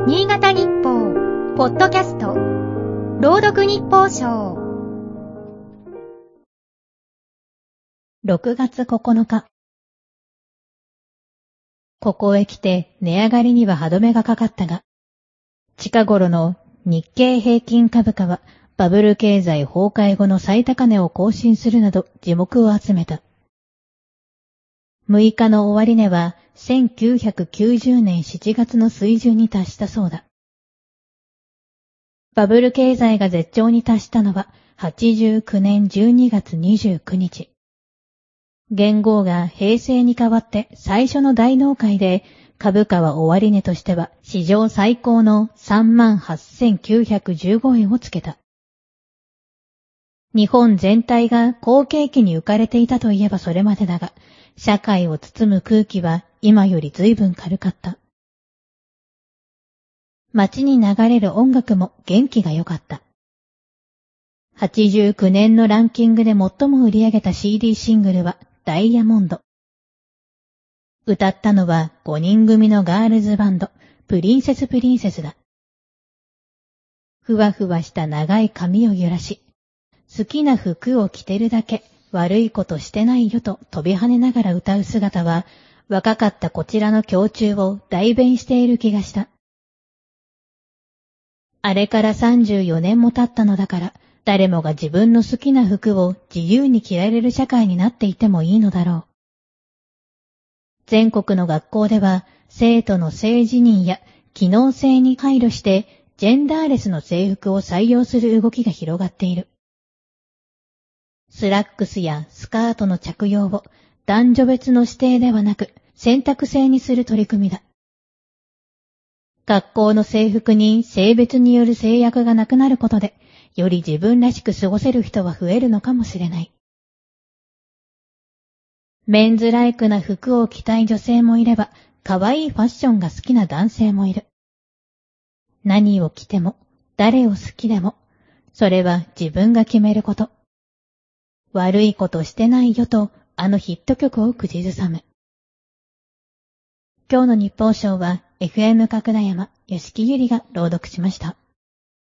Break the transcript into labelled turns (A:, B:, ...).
A: 新潟日報ポッドキャスト朗読日報賞
B: 6月9日。ここへ来て値上がりには歯止めがかかったが、近頃の日経平均株価はバブル経済崩壊後の最高値を更新するなど耳目を集めた。6日の終値は1990年7月の水準に達したそうだ。バブル経済が絶頂に達したのは89年12月29日。元号が平成に変わって最初の大納会で株価は終値としては史上最高の 38,915 円をつけた。日本全体が好景気に浮かれていたといえばそれまでだが、社会を包む空気は今より随分軽かった。街に流れる音楽も元気が良かった。89年のランキングで最も売り上げた CD シングルはダイヤモンド。歌ったのは5人組のガールズバンド、プリンセスだ。ふわふわした長い髪を揺らし、好きな服を着てるだけ、悪いことしてないよと飛び跳ねながら歌う姿は、若かったこちらの胸中を代弁している気がした。あれから34年も経ったのだから、誰もが自分の好きな服を自由に着られる社会になっていてもいいのだろう。全国の学校では、生徒の性自認や機能性に配慮して、ジェンダーレスの制服を採用する動きが広がっている。スラックスやスカートの着用を男女別の指定ではなく選択制にする取り組みだ。学校の制服に性別による制約がなくなることで、より自分らしく過ごせる人は増えるのかもしれない。メンズライクな服を着たい女性もいれば、可愛いファッションが好きな男性もいる。何を着ても、誰を好きでも、それは自分が決めること。悪いことしてないよと、あのヒット曲を口ずさむ。今日の日報賞は FM 角田山、吉木ゆりが朗読しました。